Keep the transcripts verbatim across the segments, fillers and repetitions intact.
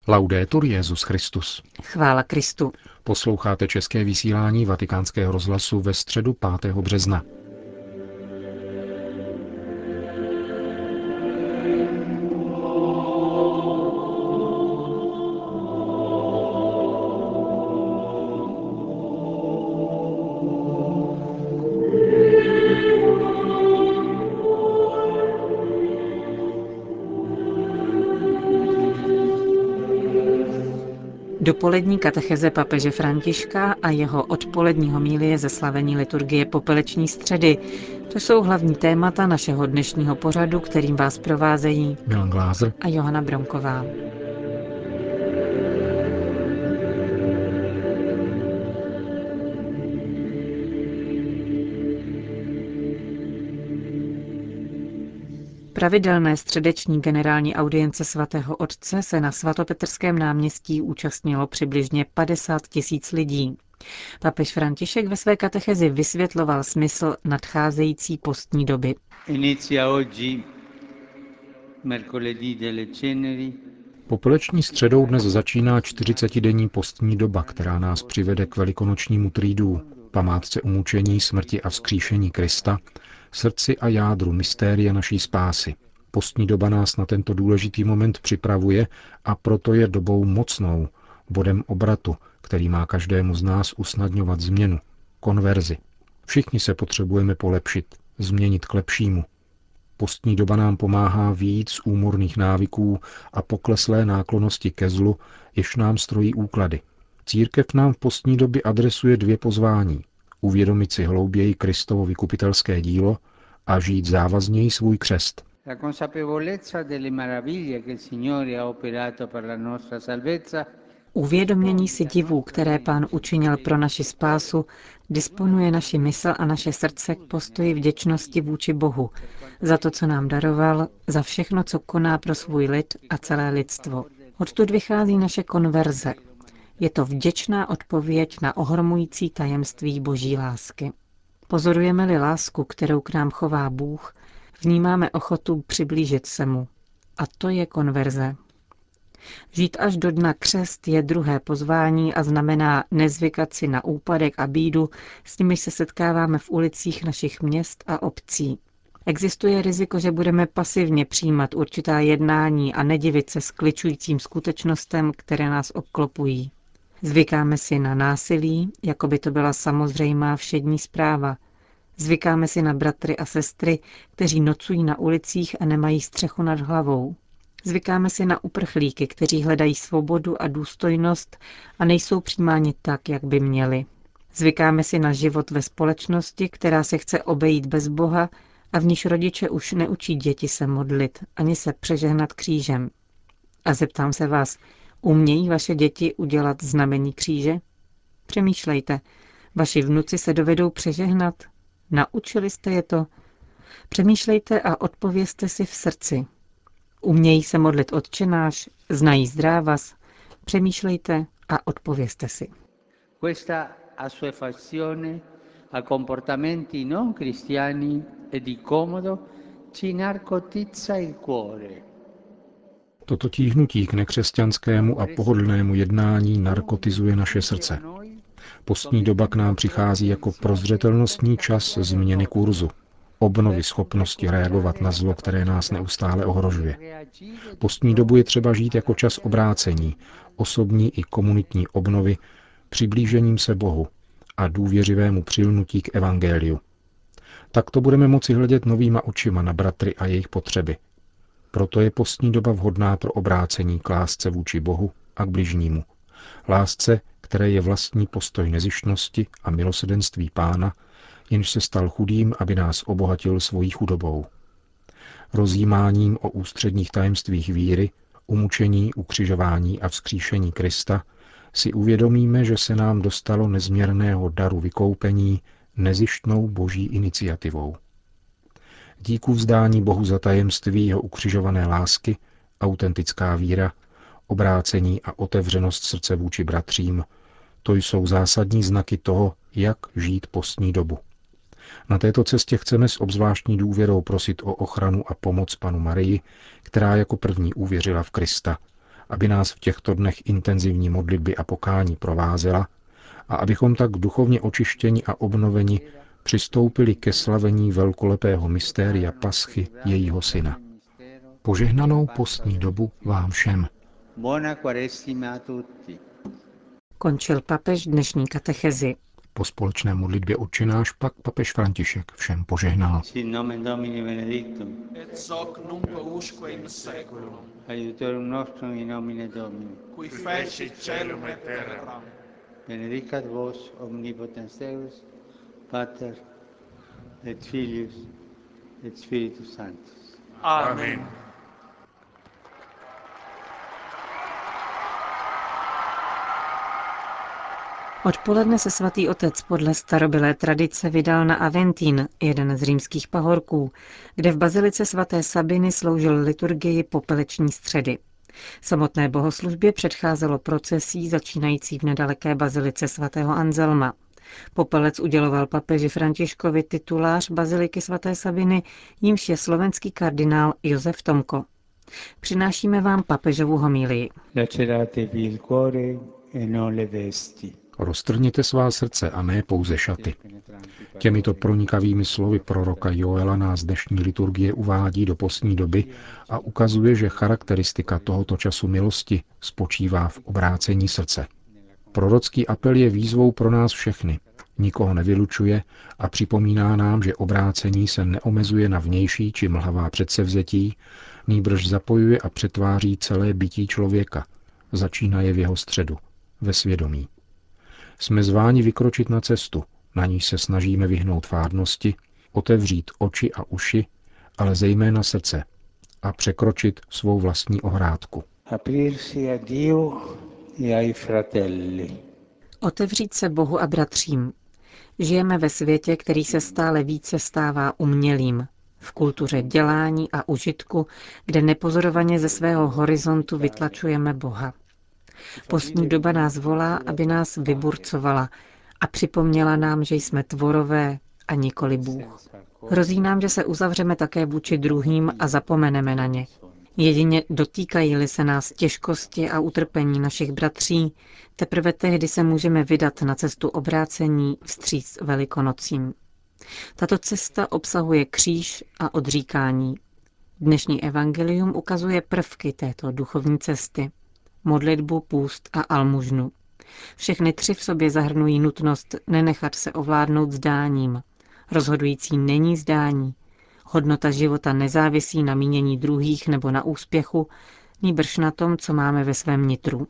Laudetur Jesus Christus. Chvála Kristu. Posloucháte české vysílání Vatikánského rozhlasu ve středu pátého března. Dopolední katecheze papeže Františka a jeho odpolední homilie ze slavení liturgie popeleční středy. To jsou hlavní témata našeho dnešního pořadu, kterým vás provázejí Milan Glázer a Johana Bronková. Pravidelné středeční generální audience svatého otce se na svatopetrském náměstí účastnilo přibližně padesát tisíc lidí. Papež František ve své katechezi vysvětloval smysl nadcházející postní doby. Popeleční středou dnes začíná čtyřicetidenní postní doba, která nás přivede k velikonočnímu tridu, památce umučení, smrti a vzkříšení Krista, srdci a jádru mystérie naší spásy. Postní doba nás na tento důležitý moment připravuje a proto je dobou mocnou, bodem obratu, který má každému z nás usnadňovat změnu, konverzi. Všichni se potřebujeme polepšit, změnit k lepšímu. Postní doba nám pomáhá vyjít z úmorných návyků a pokleslé náklonnosti ke zlu, jež nám strojí úklady. Církev nám v postní době adresuje dvě pozvání. Uvědomit si hlouběji Kristovo vykupitelské dílo a žít závazněji svůj křest. Uvědomění si divů, které Pán učinil pro naši spásu, disponuje naši mysl a naše srdce k postoji vděčnosti vůči Bohu, za to, co nám daroval, za všechno, co koná pro svůj lid a celé lidstvo. Odtud vychází naše konverze. Je to vděčná odpověď na ohromující tajemství Boží lásky. Pozorujeme-li lásku, kterou k nám chová Bůh, vnímáme ochotu přiblížit se mu. A to je konverze. Žít až do dna křest je druhé pozvání a znamená nezvykat si na úpadek a bídu, s nimiž se setkáváme v ulicích našich měst a obcí. Existuje riziko, že budeme pasivně přijímat určitá jednání a nedivit se skličujícím skutečnostem, které nás obklopují. Zvykáme si na násilí, jako by to byla samozřejmá všední zpráva. Zvykáme si na bratry a sestry, kteří nocují na ulicích a nemají střechu nad hlavou. Zvykáme si na uprchlíky, kteří hledají svobodu a důstojnost a nejsou přijímáni tak, jak by měli. Zvykáme si na život ve společnosti, která se chce obejít bez Boha a v níž rodiče už neučí děti se modlit, ani se přežehnat křížem. A zeptám se vás, umějí vaše děti udělat znamení kříže? Přemýšlejte, vaši vnuci se dovedou přežehnat? Naučili jste je to? Přemýšlejte a odpovězte si v srdci. Umějí se modlit Otčenáš, znají zdrávas? Přemýšlejte a odpovězte si. Questa assuefazione a comportamenti non cristiani e di comodo ci narcotizza il cuore. Toto tíhnutí k nekřesťanskému a pohodlnému jednání narkotizuje naše srdce. Postní doba k nám přichází jako prozřetelnostní čas změny kurzu, obnovy schopnosti reagovat na zlo, které nás neustále ohrožuje. Postní dobu je třeba žít jako čas obrácení, osobní i komunitní obnovy, přiblížením se Bohu a důvěřivému přilnutí k evangeliu. Takto budeme moci hledět novýma očima na bratry a jejich potřeby. Proto je postní doba vhodná pro obrácení k lásce vůči Bohu a k bližnímu. Lásce, které je vlastní postoj nezištnosti a milosrdenství Pána, jenž se stal chudým, aby nás obohatil svojí chudobou. Rozjímáním o ústředních tajemstvích víry, umučení, ukřižování a vzkříšení Krista si uvědomíme, že se nám dostalo nezměrného daru vykoupení nezištnou boží iniciativou. Díku vzdání Bohu za tajemství jeho ukřižované lásky, autentická víra, obrácení a otevřenost srdce vůči bratřím, to jsou zásadní znaky toho, jak žít postní dobu. Na této cestě chceme s obzvláštní důvěrou prosit o ochranu a pomoc Panu Marii, která jako první uvěřila v Krista aby nás v těchto dnech intenzivní modlitby a pokání provázela a abychom tak duchovně očištěni a obnoveni přistoupili ke slavení velkolepého mystéria Paschy jejího syna. Požehnanou postní dobu vám všem. Končil papež dnešní katechezi. Po společné modlitbě Otčenáš pak papež František všem požehnal. Sin nomen Domini benedictum. Et hoc nunc usque in seculum. Aiutorium nostrum in nomine Domini. Qui feci caelum et terram. Benedicat vos omnipotens Deus, Pater et Filius et Spiritus Sanctus. Amen. Odpoledne se svatý otec podle starobylé tradice vydal na Aventín, jeden z římských pahorků, kde v bazilice svaté Sabiny sloužil liturgii popeleční středy. Samotné bohoslužbě předcházelo procesí začínající v nedaleké bazilice svatého Anzelma. Popelec uděloval papeži Františkovi titulář baziliky svaté Sabiny, jímž je slovenský kardinál Josef Tomko. Přinášíme vám papežovu homílii. Laceratevi il cuore e non le vesti. Roztrhněte svá srdce a ne pouze šaty. Těmito pronikavými slovy proroka Joela nás dnešní liturgie uvádí do postní doby a ukazuje, že charakteristika tohoto času milosti spočívá v obrácení srdce. Prorocký apel je výzvou pro nás všechny, nikoho nevylučuje a připomíná nám, že obrácení se neomezuje na vnější či mlhavá předsevzetí, nýbrž zapojuje a přetváří celé bytí člověka, začínaje v jeho středu, ve svědomí. Jsme zváni vykročit na cestu, na níž se snažíme vyhnout fádnosti, otevřít oči a uši, ale zejména srdce a překročit svou vlastní ohrádku. Otevřít se Bohu a bratřím. Žijeme ve světě, který se stále více stává umělým, v kultuře dělání a užitku, kde nepozorovaně ze svého horizontu vytlačujeme Boha. Postní doba nás volá, aby nás vyburcovala a připomněla nám, že jsme tvorové a nikoli Bůh. Hrozí nám, že se uzavřeme také vůči druhým a zapomeneme na ně. Jedině dotýkají-li se nás těžkosti a utrpení našich bratří, teprve tehdy se můžeme vydat na cestu obrácení vstříc Velikonocím. Tato cesta obsahuje kříž a odříkání. Dnešní evangelium ukazuje prvky této duchovní cesty. Modlitbu, půst a almužnu. Všechny tři v sobě zahrnují nutnost nenechat se ovládnout zdáním. Rozhodující není zdání. Hodnota života nezávisí na mínění druhých nebo na úspěchu, nýbrž na tom, co máme ve svém nitru.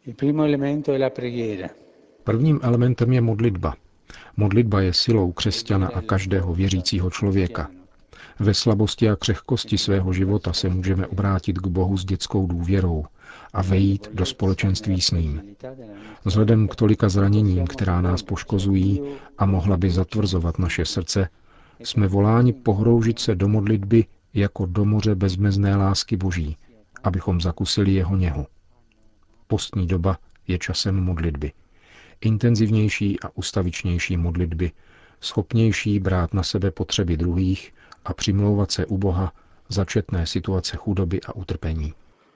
Prvním elementem je modlitba. Modlitba je silou křesťana a každého věřícího člověka. Ve slabosti a křehkosti svého života se můžeme obrátit k Bohu s dětskou důvěrou a vejít do společenství s ním. Vzhledem k tolika zraněním, která nás poškozují a mohla by zatvrzovat naše srdce, jsme voláni pohroužit se do modlitby jako do moře bezmezné lásky Boží, abychom zakusili jeho něhu. Postní doba je časem modlitby. Intenzivnější a ustavičnější modlitby, schopnější brát na sebe potřeby druhých a přimlouvat se u Boha za četné situace chudoby a utrpení.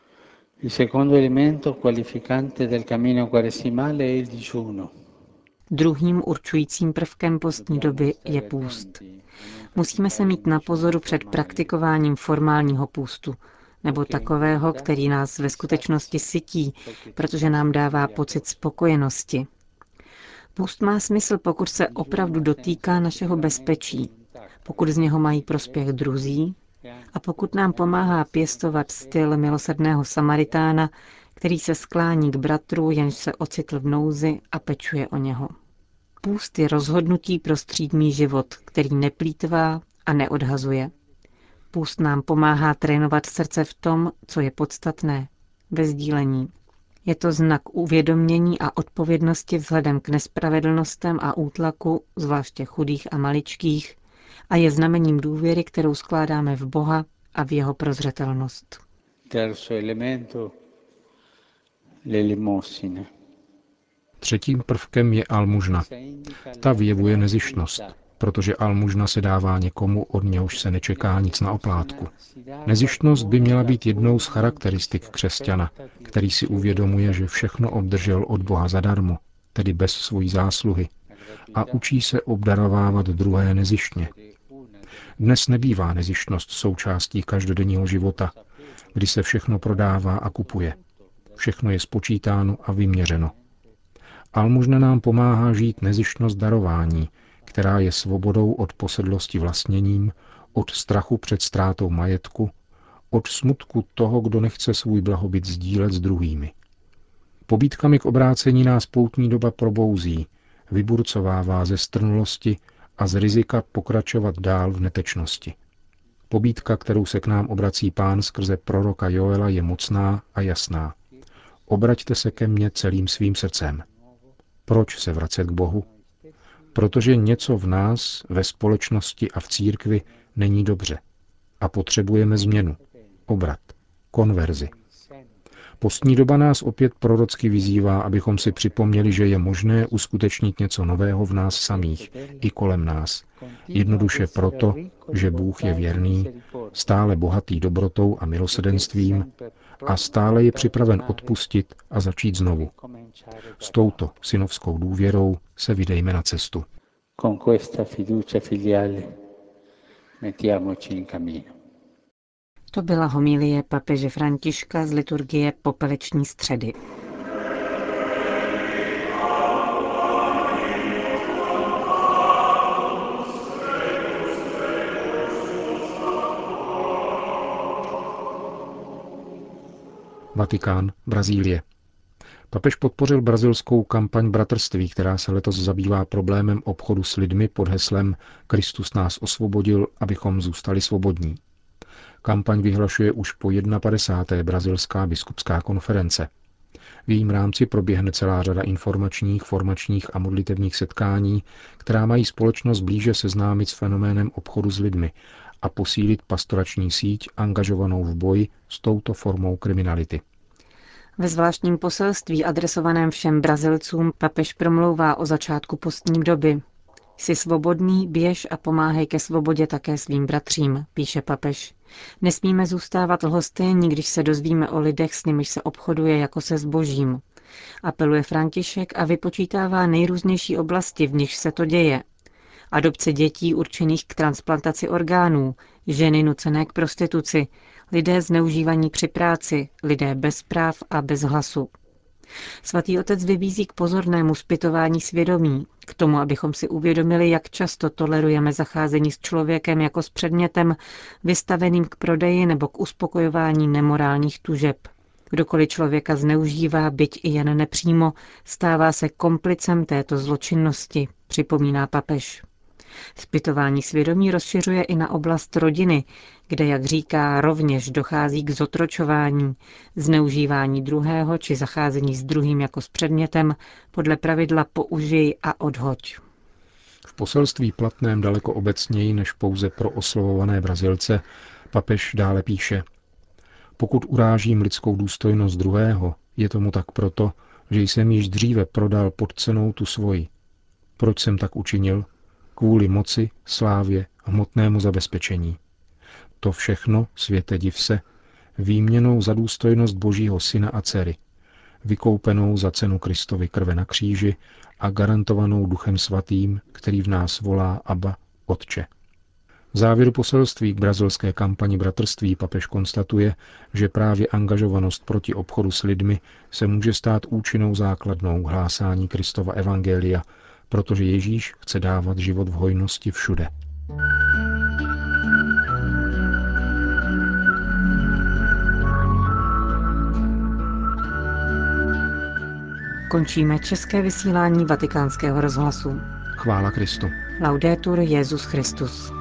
Druhým určujícím prvkem postní doby je půst. Musíme se mít na pozoru před praktikováním formálního půstu, nebo takového, který nás ve skutečnosti sytí, protože nám dává pocit spokojenosti. Půst má smysl, pokud se opravdu dotýká našeho bezpečí, pokud z něho mají prospěch druzí a pokud nám pomáhá pěstovat styl milosrdného Samaritána, který se sklání k bratru, jenž se ocitl v nouzi a pečuje o něho. Půst je rozhodnutí pro střídmý život, který neplýtvá a neodhazuje. Půst nám pomáhá trénovat srdce v tom, co je podstatné, ve sdílení. Je to znak uvědomění a odpovědnosti vzhledem k nespravedlnostem a útlaku, zvláště chudých a maličkých, a je znamením důvěry, kterou skládáme v Boha a v jeho prozřetelnost. Třetím prvkem je almužna. Ta vyjevuje nezištnost. protože almužna se dává někomu, od něhož se nečeká nic na oplátku. Nezištnost by měla být jednou z charakteristik křesťana, který si uvědomuje, že všechno obdržel od Boha zadarmo, tedy bez svojí zásluhy, a učí se obdarovávat druhé nezištně. Dnes nebývá nezištnost součástí každodenního života, kdy se všechno prodává a kupuje. Všechno je spočítáno a vyměřeno. Almužna nám pomáhá žít nezištnost darování, která je svobodou od posedlosti vlastněním, od strachu před ztrátou majetku, od smutku toho, kdo nechce svůj blahobyt sdílet s druhými. Pobídkami k obrácení nás poutní doba probouzí, vyburcovává ze strnulosti a z rizika pokračovat dál v netečnosti. Pobídka, kterou se k nám obrací Pán skrze proroka Joela, je mocná a jasná. Obraťte se ke mně celým svým srdcem. Proč se vracet k Bohu? Protože něco v nás, ve společnosti a v církvi není dobře. A potřebujeme změnu, obrat, konverzi. Postní doba nás opět prorocky vyzývá, abychom si připomněli, že je možné uskutečnit něco nového v nás samých i kolem nás. Jednoduše proto, že Bůh je věrný, stále bohatý dobrotou a milosrdenstvím a stále je připraven odpustit a začít znovu. S touto synovskou důvěrou se vydejme na cestu. Con questa fiducia filiale mettiamoci in cammino. To byla homilie papeže Františka z liturgie popeleční středy. Vatikán, Brazílie. Papež podpořil brazilskou kampaň bratrství, která se letos zabývá problémem obchodu s lidmi pod heslem Kristus nás osvobodil, abychom zůstali svobodní. Kampaň vyhlašuje už po padesáté první brazilská biskupská konference. V jejím rámci proběhne celá řada informačních, formačních a modlitevních setkání, která mají společnost blíže seznámit s fenoménem obchodu s lidmi a posílit pastorační síť angažovanou v boji s touto formou kriminality. Ve zvláštním poselství adresovaném všem Brazilcům papež promlouvá o začátku postní doby. Jsi svobodný, běž a pomáhej ke svobodě také svým bratřím, píše papež. Nesmíme zůstávat lhostejní, když se dozvíme o lidech, s nimiž se obchoduje jako se zbožím. Apeluje František a vypočítává nejrůznější oblasti, v nichž se to děje. Adopce dětí určených k transplantaci orgánů, ženy nucené k prostituci, lidé zneužívaní při práci, lidé bez práv a bez hlasu. Svatý otec vybízí k pozornému zpytování svědomí, k tomu, abychom si uvědomili, jak často tolerujeme zacházení s člověkem jako s předmětem vystaveným k prodeji nebo k uspokojování nemorálních tužeb. Kdokoliv člověka zneužívá, byť i jen nepřímo, stává se komplicem této zločinnosti, připomíná papež. Zpytování svědomí rozšiřuje i na oblast rodiny, kde, jak říká, rovněž dochází k zotročování, zneužívání druhého či zacházení s druhým jako s předmětem podle pravidla použij a odhoď. V poselství platném daleko obecněji než pouze pro oslovované Brazilce papež dále píše: Pokud urážím lidskou důstojnost druhého, je tomu tak proto, že jsem již dříve prodal pod cenou tu svoji. Proč jsem tak učinil? Kvůli moci, slávě, hmotnému zabezpečení. To všechno, světe div se, výměnou za důstojnost Božího syna a dcery, vykoupenou za cenu Kristovy krve na kříži a garantovanou Duchem svatým, který v nás volá Abba, Otče. V závěru poselství k brazilské kampani bratrství papež konstatuje, že právě angažovanost proti obchodu s lidmi se může stát účinnou základnou hlásání Kristova evangelia, protože Ježíš chce dávat život v hojnosti všude. Končíme české vysílání Vatikánského rozhlasu. Chvála Kristu. Laudetur Jesus Christus.